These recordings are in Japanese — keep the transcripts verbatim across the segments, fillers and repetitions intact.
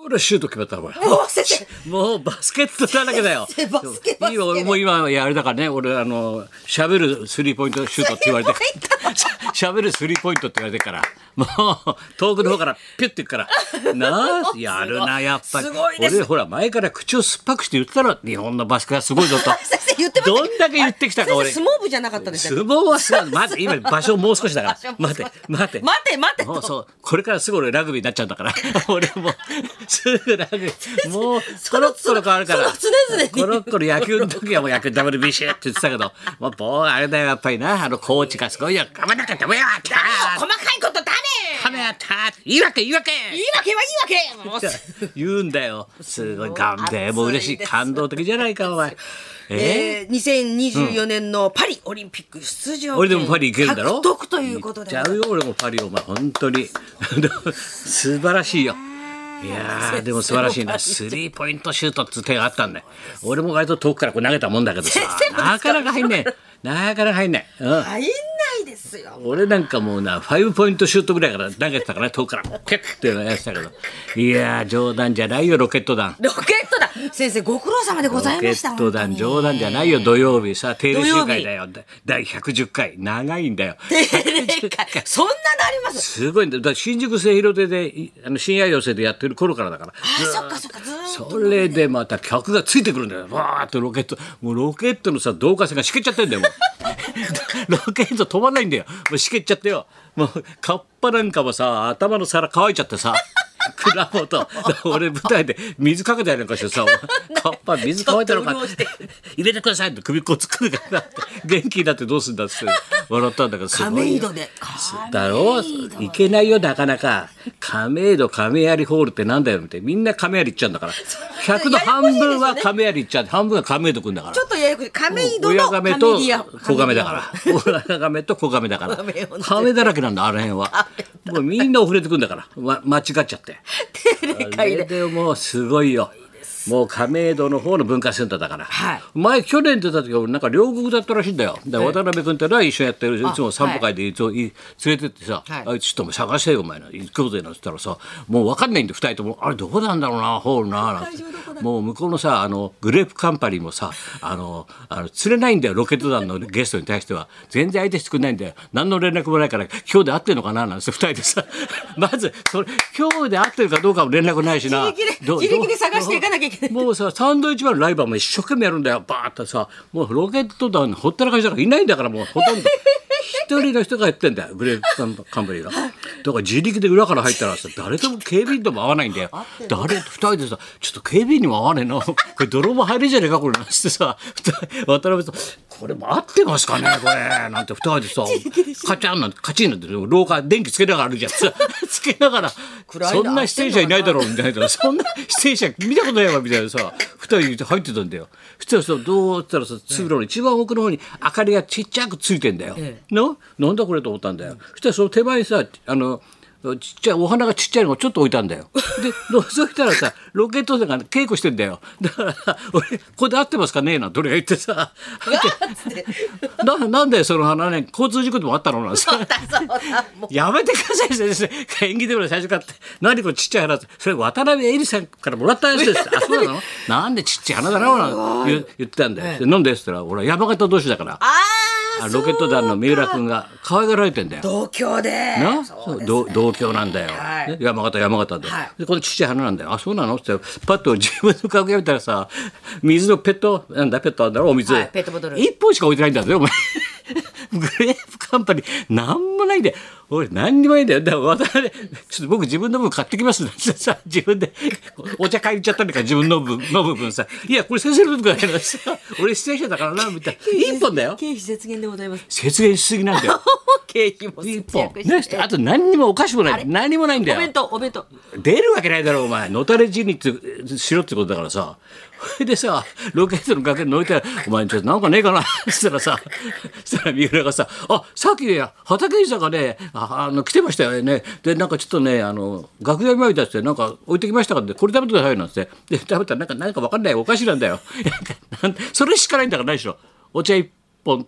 俺シュート決まったのこれ。 もう先生もうバスケットだらけだよ。 バスケバスケ今俺も今いやあれだからね、俺あのしゃべるスリーポイントシュートって言われてしゃべるスリーポイントって言われてからもう遠くの方からピュッていくからなあやるなやっぱり。 すごいです俺ほら前から口を酸っぱくして言ってたら日本のバスケはすごいぞと。 先生言ってましたどんだけ言ってきたか俺。 先生相撲部じゃなかったんですよ。 相撲はさ待って今場所もう少しだから待って待って待て待てと。 もうそうこれからすぐ俺ラグビーになっちゃうんだから俺もうすぐラグビーもうコロッコロ変わるからその常々にコロッコロ野球の時はもう野球 ダブリュービーシー って言ってたけどもうもうあれだよやっぱりなあのコーチがすごいよ「頑張んなきゃダメよあった細かいことだね。 ダメやった言い訳言い訳!」 言い訳は言い訳。もう言うんだよすごいガンでもう嬉しい感動的じゃないかお前。 えー、にせんにじゅうよねんのパリオリンピック出場権俺でもパリ行けるんだろ獲得ということで行っちゃうよ俺もパリお前本当に素晴らしいよ。いやーでも素晴らしいなスリーポイントシュートっつう手があったんだよ。俺も割と遠くからこう投げたもんだけどさなかなか入んねえなかなか入んない、うん、 入んないですよ。 俺なんかもうなファイブポイントシュートぐらいから投げてたからね遠くからピュッてやってたけどいやー冗談じゃないよロケット弾ロケットだ先生ご苦労様でございロケました。 ット弾本当に冗談じゃないよ土曜日さ定例集会だよだいひゃくじゅっかい長いんだよ定例会そんなのあります。 すごいんだよだから新宿末広亭でいあの深夜寄せでやってる頃からだからあそっかそっかずーっとそれでまた客がついてくるんだよわーっとロケットもうロケットのさ導火線がしけっちゃってんだよもうロケット飛ばないんだよもうしけっちゃってよもうカッパなんかもさ頭の皿乾いちゃってさ蔵元俺舞台で水かけたりなんかしてさカッパ水乾いたのかちょっと潤して入れてくださいって首こうつくるから元気になってどうすんだっつって笑ったんだけどすごい亀戸でだろういけないよなかなか亀戸亀有ホールってなんだよみたいなみんな亀有行っちゃうんだから客の半分は亀有行っちゃう半分は亀戸くんだからちょっとややこしい亀戸の親亀と亀ディア子亀だから親亀と子亀だから亀をね亀だらけなんだあの辺はもうみんな遅れてくんだから、ま、間違っちゃって定例あ会でれでもうすごいよもう亀戸の方の文化センターだから、 はい前去年出た時はなんか両国だったらしいんだよだから渡辺君ってのは一緒にやってるいつも散歩会でいつもい連れてってさ、 はいあいつちょっともう探してよお前な行こうぜなんて言ったらさもう分かんないんでふたりともあれどこなんだろうなホールななんてもう向こうのさあのグレープカンパニーもさあのあの釣れないんだよロケット団のゲストに対しては全然相手してくれないんだよ何の連絡もないから今日で会ってんのかななんてふたりでさまずそれ今日で会ってるかどうかも連絡ないしな自力でど自力で探していかなきゃいけないもうさサンドイッチマンのライバーも一生懸命やるんだよバーッとさもうロケット団ほったらかしだからいないんだからもうほとんど一人の人がやってんだよグレープカンパニーがだから自力で裏から入ったらさ誰とも警備員とも会わないんだよ誰二人でさちょっと警備員にも会わねえなこれ泥棒入れじゃねえかこれなんつってさ渡辺さんこれも合ってますかねこれなんて二人でさカチャンなんてカチンなんて廊下電気つけながら歩いちゃってさつけながら暗いなそんな出演者いないだろうみたいなそんな出演者見たことないわみたいなさ二人で入ってたんだよそしたらさどうったらさ通路の一番奥の方に明かりがちっちゃくついてんだよ、 えのなんだこれと思ったんだよ、そしたらその手前にさあのちっちゃいお花がちっちゃいのがちょっと置いたんだよで覗いたらさロケット団が稽古してんだよだから俺ここで合ってますかねえなんて俺が言ってさななんだよその花ね交通事故でもあったのなんてそうだそうだもうやめてください先生演技でも最初からって何これちっちゃい花ってそれ渡辺恵里さんからもらったやつですあそうなのなんでちっちゃい花だろうなんて言言ってたんだよでなんでっつったら俺は山形同士だからああロケット団の三浦君が可愛がられてんだよ同郷でなそうです同同郷なんだよ、 はいね山形山形で,、 はいでこのちっちゃい花なんだよあそうなのってパッと自分の顔見たらさ水のペットなんだペットなんだろお水、 はいペットボトル一本しか置いてないんだぜお前グレープカンパニーなんもないんだよ俺何にもないんだよだから渡辺ちょっと僕自分の分買ってきますってさ自分でお茶買いに行っちゃったんだから自分の分飲む分さいやこれ先生の分くらいのさ俺出演者だからなみたいな一本だよ経費節減でございます節減しすぎなんだよ経費も一節本約ねしてあと何にもお菓子もない何もないんだよお弁当お弁当出るわけないだろお前のたれ死にってしろってことだからさそれでさロケットの崖に乗いたら「お前ちょっとなんかねえかな」っつったらさそしたら三浦がさ「あさっきね畑井さんがねああの来てましたよねでなんかちょっとねあの楽屋見舞いだってなんか置いてきましたからこれ食べてください」なんつってで食べたらなんかなんか分かんないお菓子なんだよなんそれしかないんだからないでしょお茶一本と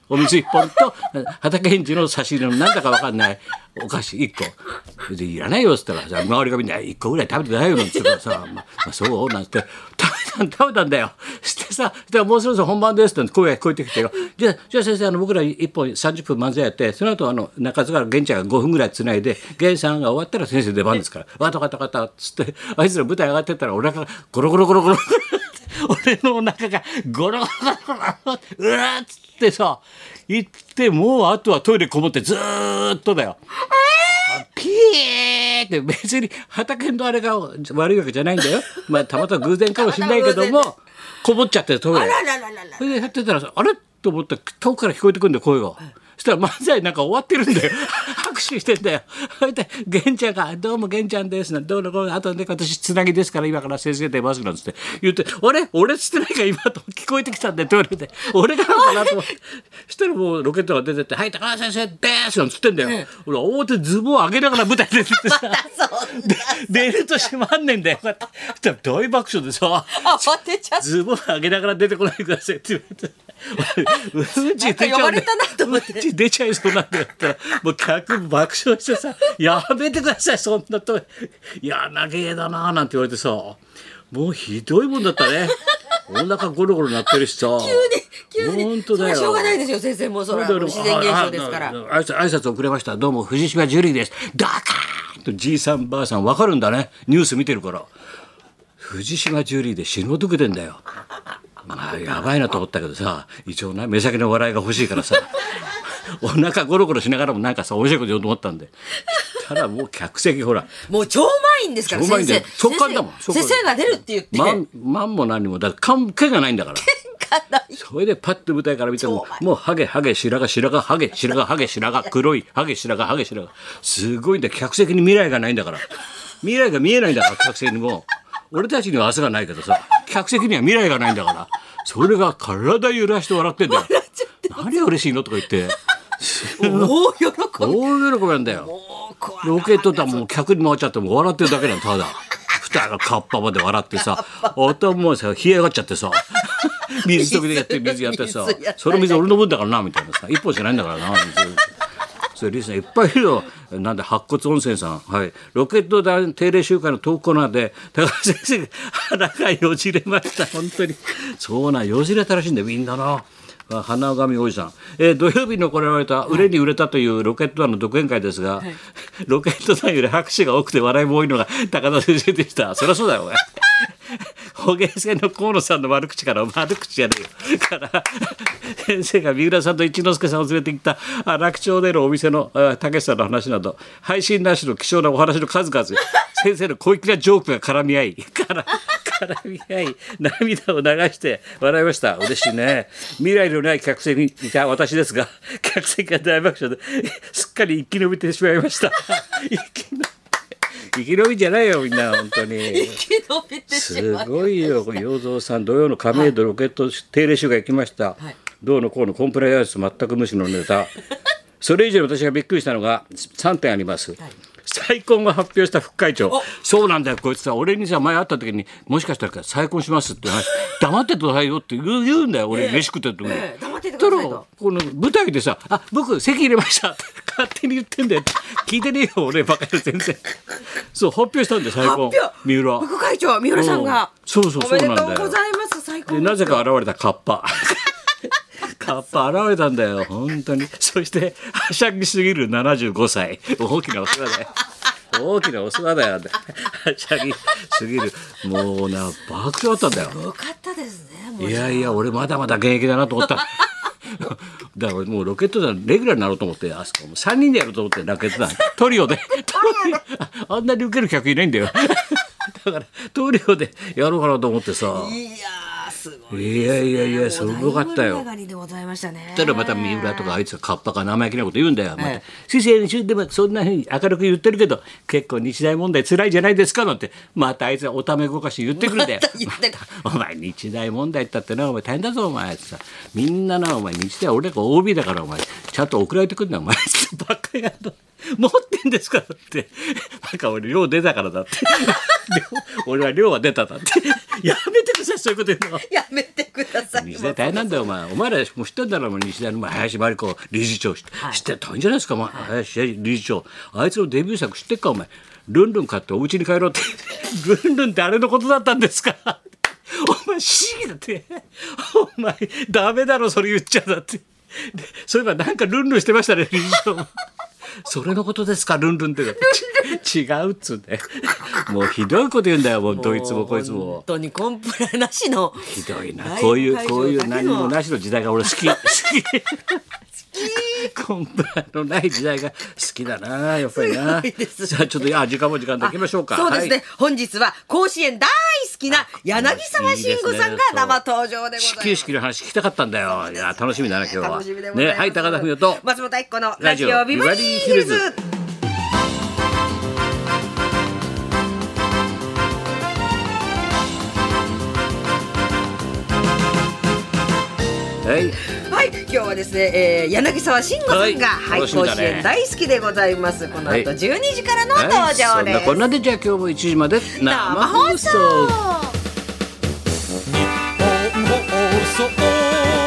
お水一本と畑返事の差し入れのなんだか分かんないお菓子一個でいらないよっつったらさ、周りがみんな一個ぐらい食べてくださいよなんつってからさ、まあ、まあ、そうなんつって食べた食べたんだよ。してさ、でもうそろそろ本番ですって声が聞こえてきてよ。じゃあじゃあ先生、あの僕ら一本さんじゅっぷん漫才やって、その後あの中津から源ちゃんがごふんぐらいつないで、源さんが終わったら先生出番ですからわかったわかったわかったっつって、あいつら舞台上がってったら俺がゴロゴロゴロゴロ俺のお腹がゴロゴロゴロゴロうわーっつってさ行って、もうあとはトイレこもってずーっとだよ。ピーって別に畑のあれが悪いわけじゃないんだよ。まあたまたま偶然かもしれないけどもこもっちゃってトイレ。それでやってたらさ、あれと思ったら遠くから聞こえてくるんだよ声が。そしたら漫才なんか終わってるんだよ。拍手してんだよ。それで源ちゃんが「どうも源ちゃんです」なんて「どうのこうのあとで私つなぎですから今から先生出ます」なんつって言って「あれ俺つってないか今」と聞こえてきたんでトイレで俺がなのかなと思ってそしたらもうロケットが出てって「はい高橋先生です」なんつってんだよ。俺表ズボン上げながら舞台出てってさで出ると閉まんねんだよ。そしたら大爆笑でさズボン上げながら出てこないでくださいって言われて。うち出ちゃうんだよ。うち出ちゃいそうなんだよったらもう客爆笑してさ「やめてくださいそんなと柳芸だな」なんて言われてさ、もうひどいもんだったね。お腹ゴロゴロ鳴ってるしさ急に急に本当だよ。 それはしょうがないですよ先生、もうそれは自然現象ですから。 挨拶挨拶遅れました、どうも藤島ジュリーです、ダカーンとじいさんばあさん分かるんだね、ニュース見てるから。藤島ジュリーで死ぬとけてんだよ。まあやばいなと思ったけどさ、一応な目先の笑いが欲しいからさお腹ゴロゴロしながらもなんかさ面白いこと言おうと思ったんで、ただもう客席ほらもう超満員ですから先生、 そっからだもん、 先生が出るって言ってマンマンも何もだから関係がないんだからそれでパッと舞台から見てももうハゲハゲ白髪白髪ハゲ白髪ハゲ白髪黒いハゲ白髪ハゲ白髪すごいんだ。客席に未来がないんだから、未来が見えないんだから客席にも。俺たちには明日がないけどさ、客席には未来がないんだから、それが体揺らして笑ってんだよ。何が嬉しいのとか言って大喜び大喜びなんだよ。ロケットだもう客に回っちゃっても笑ってるだけなの。ただ二がカッパまで笑ってさ、頭もさ冷え上がっちゃってさ水時でやって水やってさ、その水俺の分だからなみたいなさ、一本じゃないんだからな水。それリスナーいっぱいいるよ。なんで白骨温泉さん、はい、ロケット団定例集会のトークコーナーで高橋先生が腹がよじれました本当に。そうなよじれたらしいんだよみんなな。花神おじさん、えー、土曜日に行われた売れに売れたというロケット団の独演会ですが、はい、ロケット団より拍手が多くて笑いも多いのが高田先生でした。そりゃそうだよお前捕鯨船の河野さんの悪口から悪口じゃねえよから先生が三浦さんと一之輔さんを連れてきた楽町でのお店のたけしさんの話など配信なしの貴重なお話の数々先生の小粋なジョークが絡み合いから絡み合い涙を流して笑いました。嬉しいね。未来のない客席にいた私ですが客席が大爆笑ですっかり生き延びてしまいました生き延び生き延びじゃないよみんな本当に生き延びてしまう。 すごいよ。洋蔵さん土曜の亀戸ロケット定例集会行きました、はい、どうのこうのコンプライアンス全く無視のネタそれ以上に私がびっくりしたのがさんてんあります、はい。再婚を発表した副会長、そうなんだよこいつさ、俺にさ前会った時にもしかしたら再婚しますって話黙ってくださいよって言う、言うんだよ俺、えー、飯食ってる時に、えー、黙っててくださいと。この舞台でさあ僕席入れましたって勝手に言ってんだよ聞いてねえよ俺バカで全然そう発表したんだよ再婚。三浦副会長三浦さんが、 うん、そうそうそうなんだよ。 おめでとうございます再婚。 でなぜか現れたカッパカッパ現れたんだよ本当に。そしてはしゃぎすぎるななじゅうごさい大きなお世話だよ大きなお世話だよはしゃぎすぎるもうな爆笑だったんだよ。 すごかったですね。 いやいや俺まだまだ現役だなと思っただからもうロケット団レギュラーになろうと思って、あそこもさんにんでやろうと思ってロケット団トリオであんなに受ける客いないんだよだからトリオでやろうかなと思ってさ。 いやすごいですね。 いやいやいやすごかったよ。ただまた三浦とかあいつがカッパか生意気なこと言うんだよ、また先生でもそんなふうに明るく言ってるけど結構日大問題辛いじゃないですかなんてまたあいつがおためごかし言ってくるんだよ、ま、お前日大問題ったってなお前大変だぞお前さ、みんななお前日大俺らが オービー だからお前ちゃんと送られてくるんだお前ばっかりが持ってんですからってなんか俺寮出たからだって俺は寮は出ただってやめてくださいそういうこと言うの。 やめてください。 日大大変なんだよお前。お前らもう知ってんだろもう日大の林真理子理事長知って、はい、知って大変じゃないですか、まあ、林理事長あいつのデビュー作知ってっかお前。ルンルン買ってお家に帰ろうってルンルンってあれのことだったんですかお前不思議だってお前ダメだろそれ言っちゃだってでそういえばなんかルンルンしてましたね理事長それのことですかルンルンって違うっつうんでもうひどいこと言うんだよもうどいつもこいつも本当にコンプラなしのひどいなこういうこういう何もなしの時代が俺好き好きコンプラのない時代が好きだなやっぱりな。じゃあちょっとあ時間も時間でいきましょうか。 そうですね、 はい、 本日は甲子園大好きな柳沢慎吾さんが生登場でございます。 始球式の話聞きたかったんだよ。いや楽しみだな今日は。 楽しみでございます。 ね、はい高田文夫と松本明子のラジオビバリーヒルズ。 はいはい、今日はですね、えー、柳沢慎吾さんが、はいはい、甲子園大好きでございます。この後じゅうにじからの登場です。はい、そんなこんなでじゃあ今日もいちじまで生放送。 日本放送